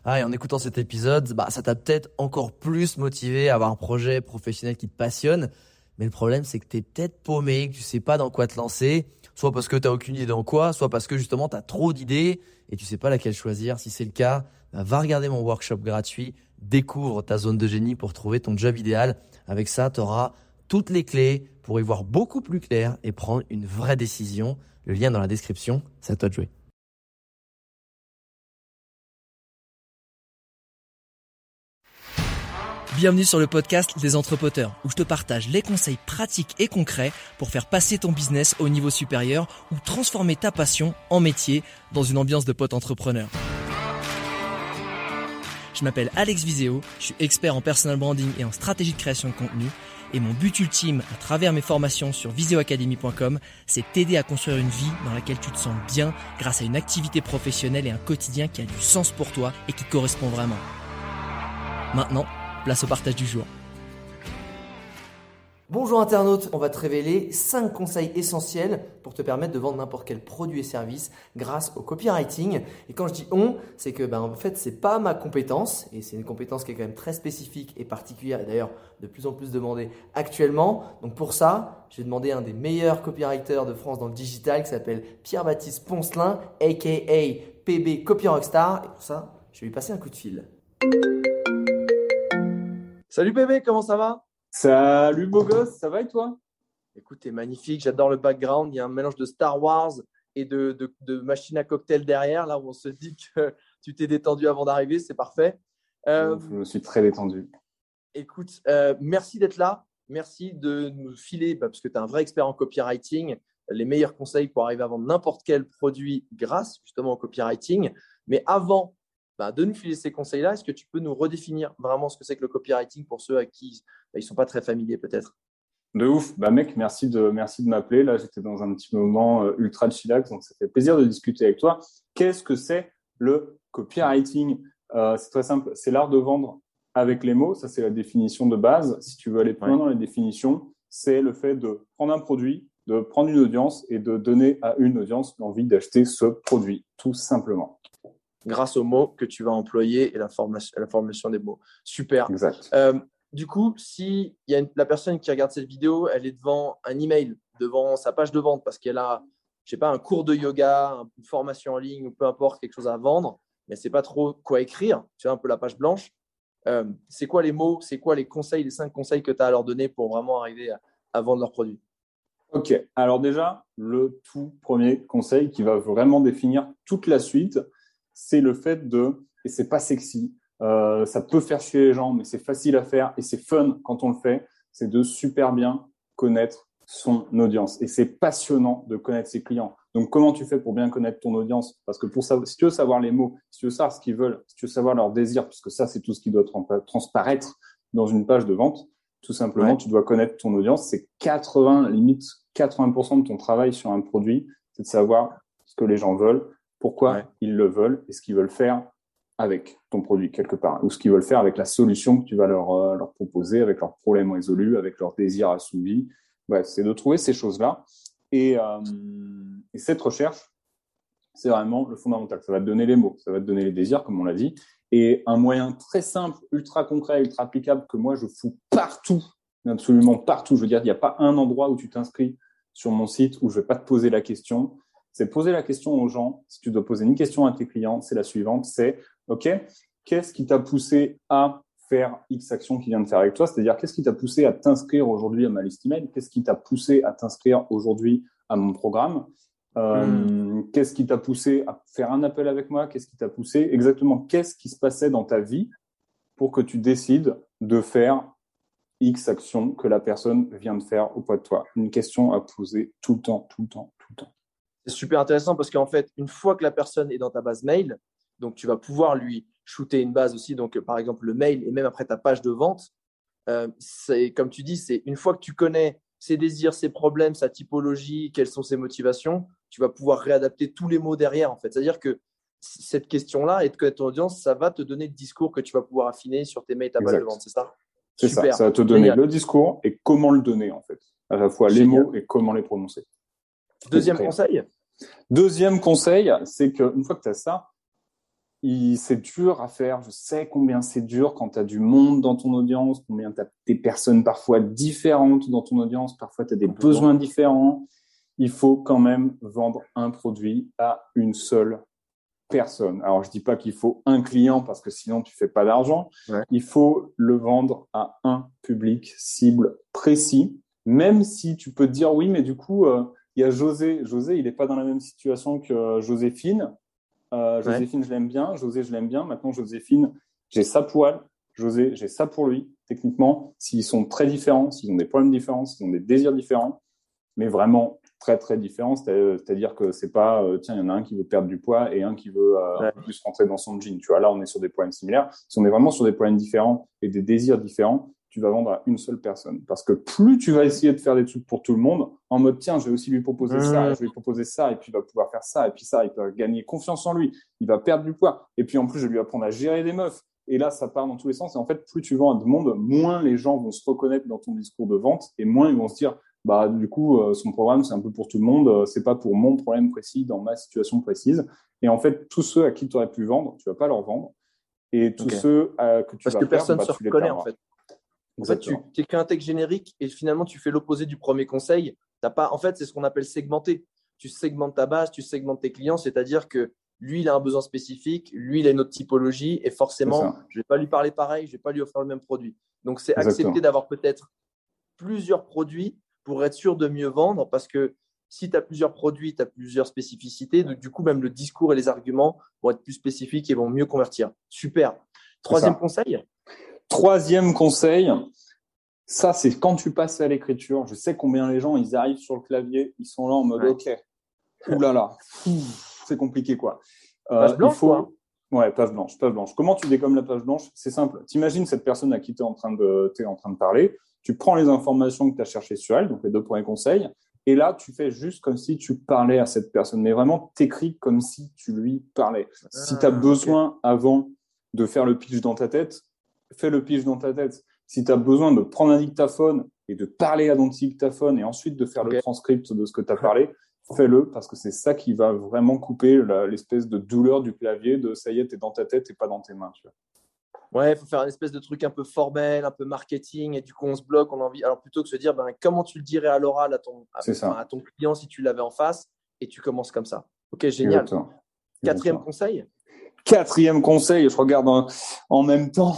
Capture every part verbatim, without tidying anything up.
Ah, et en écoutant cet épisode, bah, ça t'a peut-être encore plus motivé à avoir un projet professionnel qui te passionne. Mais le problème, c'est que t'es peut-être paumé, que tu sais pas dans quoi te lancer. Soit parce que t'as aucune idée dans quoi, soit parce que justement t'as trop d'idées et tu sais pas laquelle choisir. Si c'est le cas, bah, va regarder mon workshop gratuit. Découvre ta zone de génie pour trouver ton job idéal. Avec ça, tu auras toutes les clés pour y voir beaucoup plus clair et prendre une vraie décision. Le lien dans la description, c'est à toi de jouer. Bienvenue sur le podcast des Entrepoteurs, où je te partage les conseils pratiques et concrets pour faire passer ton business au niveau supérieur ou transformer ta passion en métier dans une ambiance de pote entrepreneur. Je m'appelle Alex Viseo, je suis expert en personal branding et en stratégie de création de contenu. Et mon but ultime à travers mes formations sur viseo academy point com, c'est t'aider à construire une vie dans laquelle tu te sens bien grâce à une activité professionnelle et un quotidien qui a du sens pour toi et qui te correspond vraiment. Maintenant, place au partage du jour. Bonjour internaute, on va te révéler cinq conseils essentiels pour te permettre de vendre n'importe quel produit et service grâce au copywriting. Et quand je dis on, c'est que ben, en fait c'est pas ma compétence et c'est une compétence qui est quand même très spécifique et particulière et d'ailleurs de plus en plus demandée actuellement. Donc pour ça, j'ai demandé à un des meilleurs copywriters de France dans le digital qui s'appelle Pierre-Baptiste Poncelin, aka P B Copy Rockstar. Et pour ça, je vais lui passer un coup de fil. Salut P B, comment ça va ? Salut beau gosse, ça va et toi? Écoute, t'es magnifique, j'adore le background. Il y a un mélange de Star Wars et de, de, de machine à cocktail derrière, là où on se dit que tu t'es détendu avant d'arriver, c'est parfait. Euh, Je me suis très détendu. Écoute, euh, merci d'être là. Merci de nous filer, bah, parce que tu es un vrai expert en copywriting, les meilleurs conseils pour arriver à vendre n'importe quel produit grâce justement au copywriting. Mais avant bah, de nous filer ces conseils-là, est-ce que tu peux nous redéfinir vraiment ce que c'est que le copywriting pour ceux à qui bah, ils ne sont pas très familiers peut-être? De ouf. Bah mec, merci de, merci de m'appeler. Là, j'étais dans un petit moment euh, ultra chillax, donc ça fait plaisir de discuter avec toi. Qu'est-ce que c'est le copywriting? euh, C'est très simple. C'est l'art de vendre avec les mots. Ça, c'est la définition de base. Si tu veux aller plus loin dans les définitions, c'est le fait de prendre un produit, de prendre une audience et de donner à une audience l'envie d'acheter ce produit, tout simplement. Grâce aux mots que tu vas employer et la formation, la formation des mots. Super. Exact. Euh, du coup, si y a une, la personne qui regarde cette vidéo, elle est devant un email, devant sa page de vente parce qu'elle a, je sais pas, un cours de yoga, une formation en ligne ou peu importe, quelque chose à vendre, mais elle ne sait pas trop quoi écrire, tu vois, un peu la page blanche. Euh, c'est quoi les mots, c'est quoi les conseils, les cinq conseils que tu as à leur donner pour vraiment arriver à, à vendre leurs produits? Ok. Alors déjà, le tout premier conseil qui va vraiment définir toute la suite, c'est le fait de, et c'est pas sexy, euh, ça peut faire chier les gens, mais c'est facile à faire et c'est fun quand on le fait, c'est de super bien connaître son audience. Et c'est passionnant de connaître ses clients. Donc, comment tu fais pour bien connaître ton audience? Parce que pour savoir, si tu veux savoir les mots, si tu veux savoir ce qu'ils veulent, si tu veux savoir leurs désirs, puisque ça, c'est tout ce qui doit transparaître dans une page de vente, tout simplement, ouais. Tu dois connaître ton audience. C'est quatre-vingts, limite quatre-vingts pour cent de ton travail sur un produit, c'est de savoir ce que les gens veulent, pourquoi ouais. ils le veulent et ce qu'ils veulent faire avec ton produit quelque part, ou ce qu'ils veulent faire avec la solution que tu vas leur, euh, leur proposer, avec leurs problèmes résolus, avec leurs désirs assouvis. Bref, c'est de trouver ces choses-là. Et, euh, et cette recherche, c'est vraiment le fondamental. Ça va te donner les mots, ça va te donner les désirs, comme on l'a dit. Et un moyen très simple, ultra concret, ultra applicable, que moi, je fous partout, absolument partout. Je veux dire, il n'y a pas un endroit où tu t'inscris sur mon site où je ne vais pas te poser la question. C'est de poser la question aux gens. Si tu dois poser une question à tes clients, c'est la suivante, c'est « Ok, qu'est-ce qui t'a poussé à faire X action qui vient de faire avec toi ?» C'est-à-dire, qu'est-ce qui t'a poussé à t'inscrire aujourd'hui à ma liste email? Qu'est-ce qui t'a poussé à t'inscrire aujourd'hui à mon programme? euh, mmh. Qu'est-ce qui t'a poussé à faire un appel avec moi? Qu'est-ce qui t'a poussé? Exactement, qu'est-ce qui se passait dans ta vie pour que tu décides de faire X action que la personne vient de faire auprès de toi? Une question à poser tout le temps, tout le temps, tout le temps. C'est super intéressant parce qu'en fait, une fois que la personne est dans ta base mail, donc tu vas pouvoir lui shooter une base aussi, donc par exemple le mail et même après ta page de vente. Euh, c'est, comme tu dis, c'est une fois que tu connais ses désirs, ses problèmes, sa typologie, quelles sont ses motivations, tu vas pouvoir réadapter tous les mots derrière en fait. C'est-à-dire que cette question-là et de connaître ton audience, ça va te donner le discours que tu vas pouvoir affiner sur tes mails, ta page de vente, c'est ça? C'est super. Ça, ça va te donner Génial. Le discours et comment le donner en fait. À la fois Génial. Les mots et comment les prononcer. Deuxième conseil. Deuxième conseil, c'est qu'une fois que tu as ça, il, c'est dur à faire. Je sais combien c'est dur quand tu as du monde dans ton audience, combien tu as des personnes parfois différentes dans ton audience, parfois tu as des besoins différents. Il faut quand même vendre un produit à une seule personne. Alors, je dis pas qu'il faut un client parce que sinon tu fais pas d'argent. Ouais. Il faut le vendre à un public cible précis, même si tu peux te dire oui, mais du coup, euh, il y a José. José, il n'est pas dans la même situation que euh, Joséphine. Euh, Joséphine, ouais. je l'aime bien. José, je l'aime bien. Maintenant, Joséphine, j'ai ça pour elle. José, j'ai ça pour lui. Techniquement, s'ils sont très différents, s'ils ont des problèmes différents, s'ils ont des désirs différents, mais vraiment très, très différents. C'est-à-dire que c'est pas, euh, tiens, il y en a un qui veut perdre du poids et un qui veut euh, ouais. un peu plus rentrer dans son jean. Tu vois, là, on est sur des problèmes similaires. Si on est vraiment sur des problèmes différents et des désirs différents, tu vas vendre à une seule personne. Parce que plus tu vas essayer de faire des trucs pour tout le monde, en mode, tiens, je vais aussi lui proposer mmh. ça, et je vais lui proposer ça, et puis il va pouvoir faire ça, et puis ça, il va gagner confiance en lui, il va perdre du poids. Et puis en plus, je vais lui apprendre à gérer des meufs. Et là, ça part dans tous les sens. Et en fait, plus tu vends à tout le monde, moins les gens vont se reconnaître dans ton discours de vente, et moins ils vont se dire, bah, du coup, euh, son programme, c'est un peu pour tout le monde, euh, c'est pas pour mon problème précis, dans ma situation précise. Et en fait, tous ceux à qui tu aurais pu vendre, tu vas pas leur vendre. Et tous okay. ceux euh, que tu Parce vas que faire, personne bah, se tu les reconnaît, perdras. en fait. En fait, tu es qu'un texte générique et finalement, tu fais l'opposé du premier conseil. T'as pas, en fait, c'est ce qu'on appelle segmenter. Tu segmentes ta base, tu segmentes tes clients, c'est-à-dire que lui, il a un besoin spécifique, lui, il a une autre typologie et forcément, je ne vais pas lui parler pareil, je ne vais pas lui offrir le même produit. Donc, c'est Exactement. accepter d'avoir peut-être plusieurs produits pour être sûr de mieux vendre parce que si tu as plusieurs produits, tu as plusieurs spécificités. Donc, du coup, même le discours et les arguments vont être plus spécifiques et vont mieux convertir. Super. Troisième conseil. Troisième conseil, ça, c'est quand tu passes à l'écriture. Je sais combien les gens, ils arrivent sur le clavier, ils sont là en mode, ouais. OK, oulala, c'est compliqué, quoi. Euh, page blanche, il faut... quoi. Ouais, page blanche, page blanche. Comment tu dégommes la page blanche? C'est simple. T'imagines cette personne à qui tu es en train de, t'es en train de parler. Tu prends les informations que tu as cherchées sur elle, donc les deux premiers conseils, et là, tu fais juste comme si tu parlais à cette personne, mais vraiment, t'écris comme si tu lui parlais. Ah, si tu as besoin, okay. avant de faire le pitch dans ta tête, fais le pitch dans ta tête. Si tu as besoin de prendre un dictaphone et de parler à ton dictaphone et ensuite de faire okay. le transcript de ce que tu as parlé, fais-le parce que c'est ça qui va vraiment couper la, l'espèce de douleur du clavier de ça y est, t'es dans ta tête et pas dans tes mains. Tu vois. Ouais, il faut faire une espèce de truc un peu formel, un peu marketing et du coup on se bloque, on a envie. Alors plutôt que de se dire ben, comment tu le dirais à l'oral à ton, à, enfin, à ton client si tu l'avais en face et tu commences comme ça. Ok, génial. Exactement. Quatrième Exactement. conseil. Quatrième conseil, je regarde en, en même temps.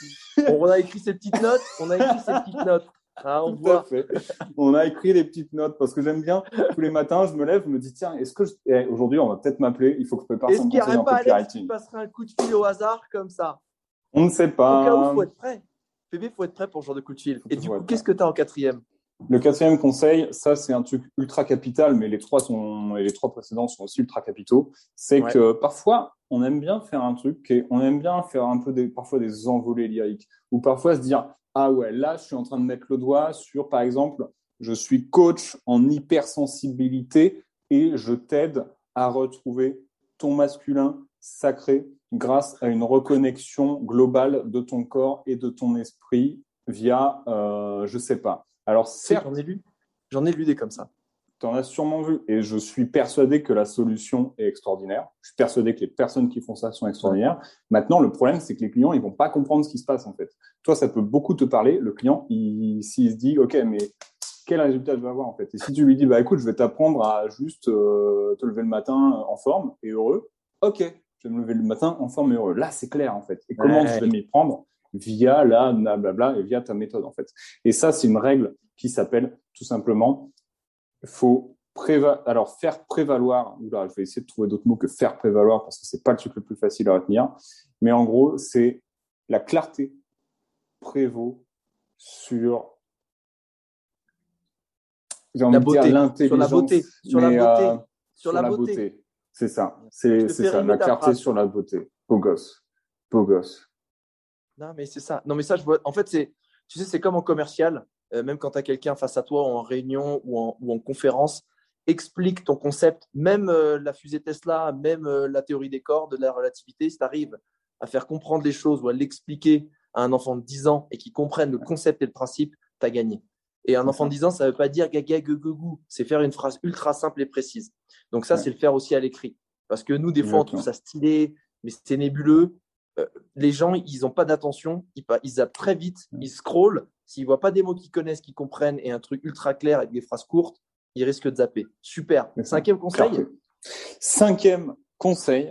On a écrit ces petites notes. On a écrit ces petites notes. Ah, on Tout voit. à fait. On a écrit les petites notes parce que j'aime bien. Tous les matins, je me lève, je me dis tiens, est-ce que je... eh, aujourd'hui on va peut-être m'appeler. Il faut que je prépare est-ce son qu'il conseil en pas copywriting. Alex qui passerait un coup de fil au hasard comme ça? On ne sait pas. Au cas où, il faut être prêt. P B, il faut être prêt pour ce genre de coup de fil. Et du coup, qu'est-ce que tu as en quatrième? Le quatrième conseil, ça c'est un truc ultra capital, mais les trois sont et les trois précédents sont aussi ultra capitaux. C'est ouais. que parfois on aime bien faire un truc et on aime bien faire un peu des parfois des envolées lyriques ou parfois se dire ah ouais là je suis en train de mettre le doigt sur par exemple je suis coach en hypersensibilité et je t'aide à retrouver ton masculin sacré grâce à une reconnexion globale de ton corps et de ton esprit via euh, je sais pas. Alors, certes, j'en ai lu, j'en ai lu des comme ça. Tu en as sûrement vu. Et je suis persuadé que la solution est extraordinaire. Je suis persuadé que les personnes qui font ça sont extraordinaires. Maintenant, le problème, c'est que les clients, ils vont pas comprendre ce qui se passe, en fait. Toi, ça peut beaucoup te parler. Le client, il, s'il se dit, OK, mais quel résultat je vais avoir, en fait? Et si tu lui dis, bah, écoute, je vais t'apprendre à juste euh, te lever le matin en forme et heureux. OK, je vais me lever le matin en forme et heureux. Là, c'est clair, en fait. Et comment ouais. je vais m'y prendre? Via la blablabla et via ta méthode en fait. Et ça, c'est une règle qui s'appelle tout simplement, faut préva- alors faire prévaloir. Oula, je vais essayer de trouver d'autres mots que faire prévaloir parce que c'est pas le truc le plus facile à retenir. Mais en gros, c'est la clarté prévaut sur j'ai envie la de beauté, dire l'intelligence, sur la beauté, sur mais, la beauté, euh, sur, sur la la beauté. beauté. C'est ça, c'est, c'est ça, la clarté phrase. sur la beauté. Beau gosse, beau gosse. Non, mais c'est ça. Non, mais ça, je vois. En fait, c'est, tu sais, c'est comme en commercial. Euh, même quand tu as quelqu'un face à toi en réunion ou en, ou en conférence, explique ton concept. Même euh, la fusée Tesla, même euh, la théorie des cordes, de la relativité, si tu arrives à faire comprendre les choses ou à l'expliquer à un enfant de dix ans et qu'il comprenne le concept et le principe, tu as gagné. Et un enfant de dix ans, ça ne veut pas dire gaga, gueugou. C'est faire une phrase ultra simple et précise. Donc ça, ouais. c'est le faire aussi à l'écrit. Parce que nous, des fois, on trouve ça stylé. mais c'est nébuleux. Euh, les gens, ils n'ont pas d'attention, ils, ils zappent très vite, ils scrollent. S'ils ne voient pas des mots qu'ils connaissent, qu'ils comprennent et un truc ultra clair avec des phrases courtes, ils risquent de zapper. Super. Cinquième conseil. Parfait. Cinquième conseil.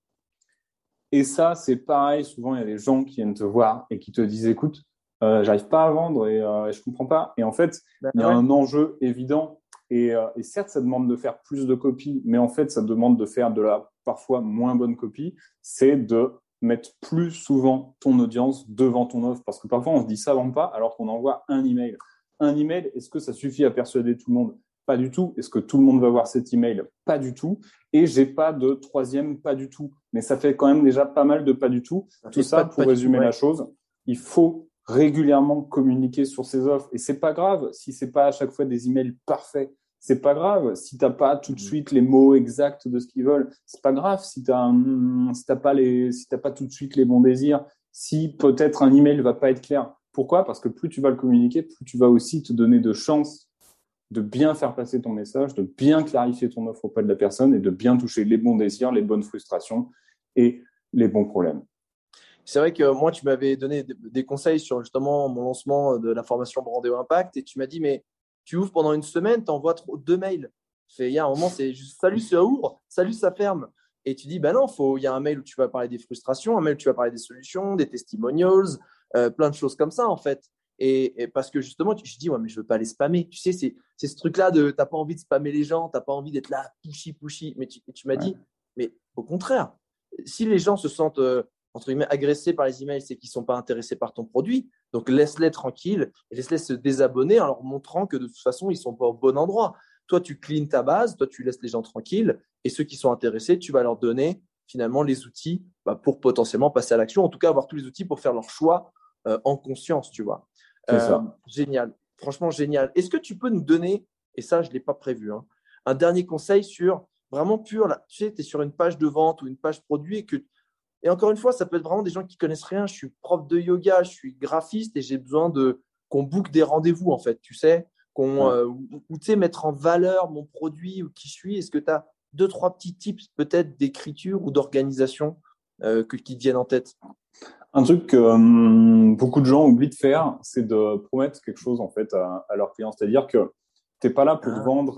Et ça, c'est pareil. Souvent, il y a des gens qui viennent te voir et qui te disent, écoute, euh, j'arrive pas à vendre et euh, je comprends pas. Et en fait, ben, il y a ouais. un enjeu évident. Et, euh, et certes, ça demande de faire plus de copies, mais en fait, ça demande de faire de la parfois moins bonne copie. C'est de mettre plus souvent ton audience devant ton offre. Parce que parfois, on se dit ça vend pas alors qu'on envoie un email. Un email, est-ce que ça suffit à persuader tout le monde? Pas du tout. Est-ce que tout le monde va voir cet email? Pas du tout. Et j'ai pas de troisième, pas du tout. Mais ça fait quand même déjà pas mal de pas du tout. Ça tout ça, pour résumer tout, ouais. la chose, il faut régulièrement communiquer sur ces offres. Et c'est pas grave si c'est pas à chaque fois des emails parfaits. C'est pas grave si t'as pas tout de suite les mots exacts de ce qu'ils veulent. C'est pas grave si t'as un, si t'as pas les, si t'as pas tout de suite les bons désirs. Si peut-être un email va pas être clair. Pourquoi? Parce que plus tu vas le communiquer, plus tu vas aussi te donner de chances de bien faire passer ton message, de bien clarifier ton offre auprès de la personne et de bien toucher les bons désirs, les bonnes frustrations et les bons problèmes. C'est vrai que moi, tu m'avais donné des conseils sur justement mon lancement de la formation Brandéo Impact et tu m'as dit, mais tu ouvres pendant une semaine, tu envoies deux mails. Il y a un moment, c'est juste salut, ça ouvre, salut, ça ferme. Et tu dis, ben non, faut, il y a un mail où tu vas parler des frustrations, un mail où tu vas parler des solutions, des testimonials, euh, plein de choses comme ça, en fait. Et, et parce que justement, je dis, ouais, mais je veux pas les spammer. Tu sais, c'est, c'est ce truc-là de, t'as pas envie de spammer les gens, t'as pas envie d'être là, pushy, pushy. Mais tu, tu m'as ouais. dit, mais au contraire, si les gens se sentent, euh, entre guillemets, agressés par les emails, c'est qu'ils sont pas intéressés par ton produit. Donc, laisse-les tranquilles et laisse-les se désabonner en leur montrant que de toute façon, ils sont pas au bon endroit. Toi, tu cleans ta base, toi, tu laisses les gens tranquilles et ceux qui sont intéressés, tu vas leur donner finalement les outils bah, pour potentiellement passer à l'action. En tout cas, avoir tous les outils pour faire leur choix euh, en conscience, tu vois. C'est euh, ça. Génial. Franchement, génial. Est-ce que tu peux nous donner, et ça, je ne l'ai pas prévu, hein, un dernier conseil sur vraiment pur, là, tu sais, tu es sur une page de vente ou une page produit et que, et encore une fois, ça peut être vraiment des gens qui connaissent rien. Je suis prof de yoga, je suis graphiste et j'ai besoin de qu'on book des rendez-vous, en fait, tu sais, qu'on, ouais. euh, ou, ou tu sais, mettre en valeur mon produit ou qui je suis. Est-ce que tu as deux, trois petits tips peut-être d'écriture ou d'organisation euh, que, qui te viennent en tête? Un truc que hum, beaucoup de gens oublient de faire, c'est de promettre quelque chose en fait à, à leurs clients. C'est-à-dire que t'es pas là pour ah. vendre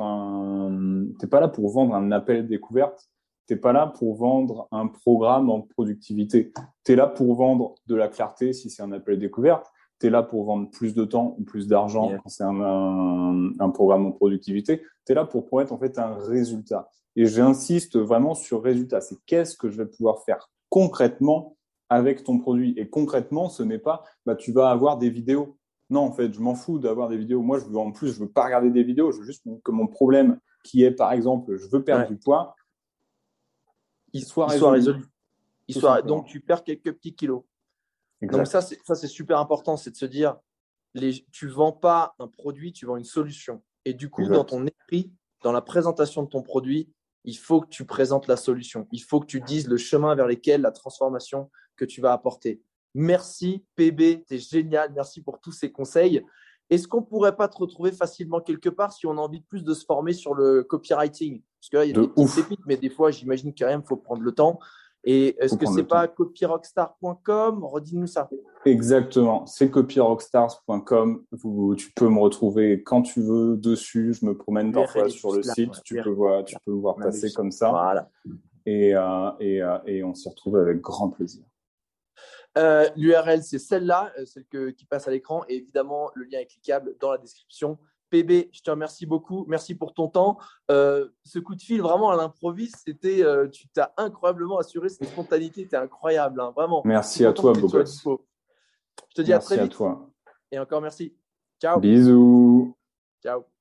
un, t'es pas là pour vendre un appel découverte. T'es pas là pour vendre un programme en productivité. T'es là pour vendre de la clarté si c'est un appel découverte. T'es là pour vendre plus de temps ou plus d'argent yeah. quand c'est un, un, un programme en productivité. T'es là pour promettre en fait un résultat. Et j'insiste vraiment sur résultat. C'est qu'est-ce que je vais pouvoir faire concrètement avec ton produit. Et concrètement, ce n'est pas, bah, tu vas avoir des vidéos. Non, en fait, je m'en fous d'avoir des vidéos. Moi, je veux, en plus, je veux pas regarder des vidéos. Je veux juste que mon problème, qui est, par exemple, je veux perdre ouais. du poids, il soit il soit résolu. résolu. Il soit, donc, tu perds quelques petits kilos. Exact. Donc, ça, c'est, ça, c'est super important. C'est de se dire, les, tu vends pas un produit, tu vends une solution. Et du coup, exact. Dans ton esprit, dans la présentation de ton produit, il faut que tu présentes la solution. Il faut que tu dises le chemin vers lequel la transformation que tu vas apporter. Merci P B, tu es génial. Merci pour tous ces conseils. Est-ce qu'on ne pourrait pas te retrouver facilement quelque part si on a envie de plus de se former sur le copywriting? Parce que là, il y a de des petites pépites, mais des fois, j'imagine qu'il faut prendre le temps. Et est-ce que ce n'est pas copyrockstar point com? Redis-nous ça. Exactement, c'est copyrockstars point com. Vous, tu peux me retrouver quand tu veux dessus. Je me promène parfois sur le site. Là, tu, peux voir, tu peux voir passer comme ça. Voilà. Et, euh, et, euh, et on s'y retrouve avec grand plaisir. Euh, L'U R L, c'est celle-là, celle que, qui passe à l'écran. Et évidemment, le lien est cliquable dans la description. P B, je te remercie beaucoup. Merci pour ton temps. Euh, ce coup de fil, vraiment à l'improviste, c'était, euh, tu t'as incroyablement assuré cette spontanéité. C'était incroyable, hein, vraiment. Merci à toi, beau gosse. Je te dis merci à très vite. À toi. Et encore merci. Ciao. Bisous. Ciao.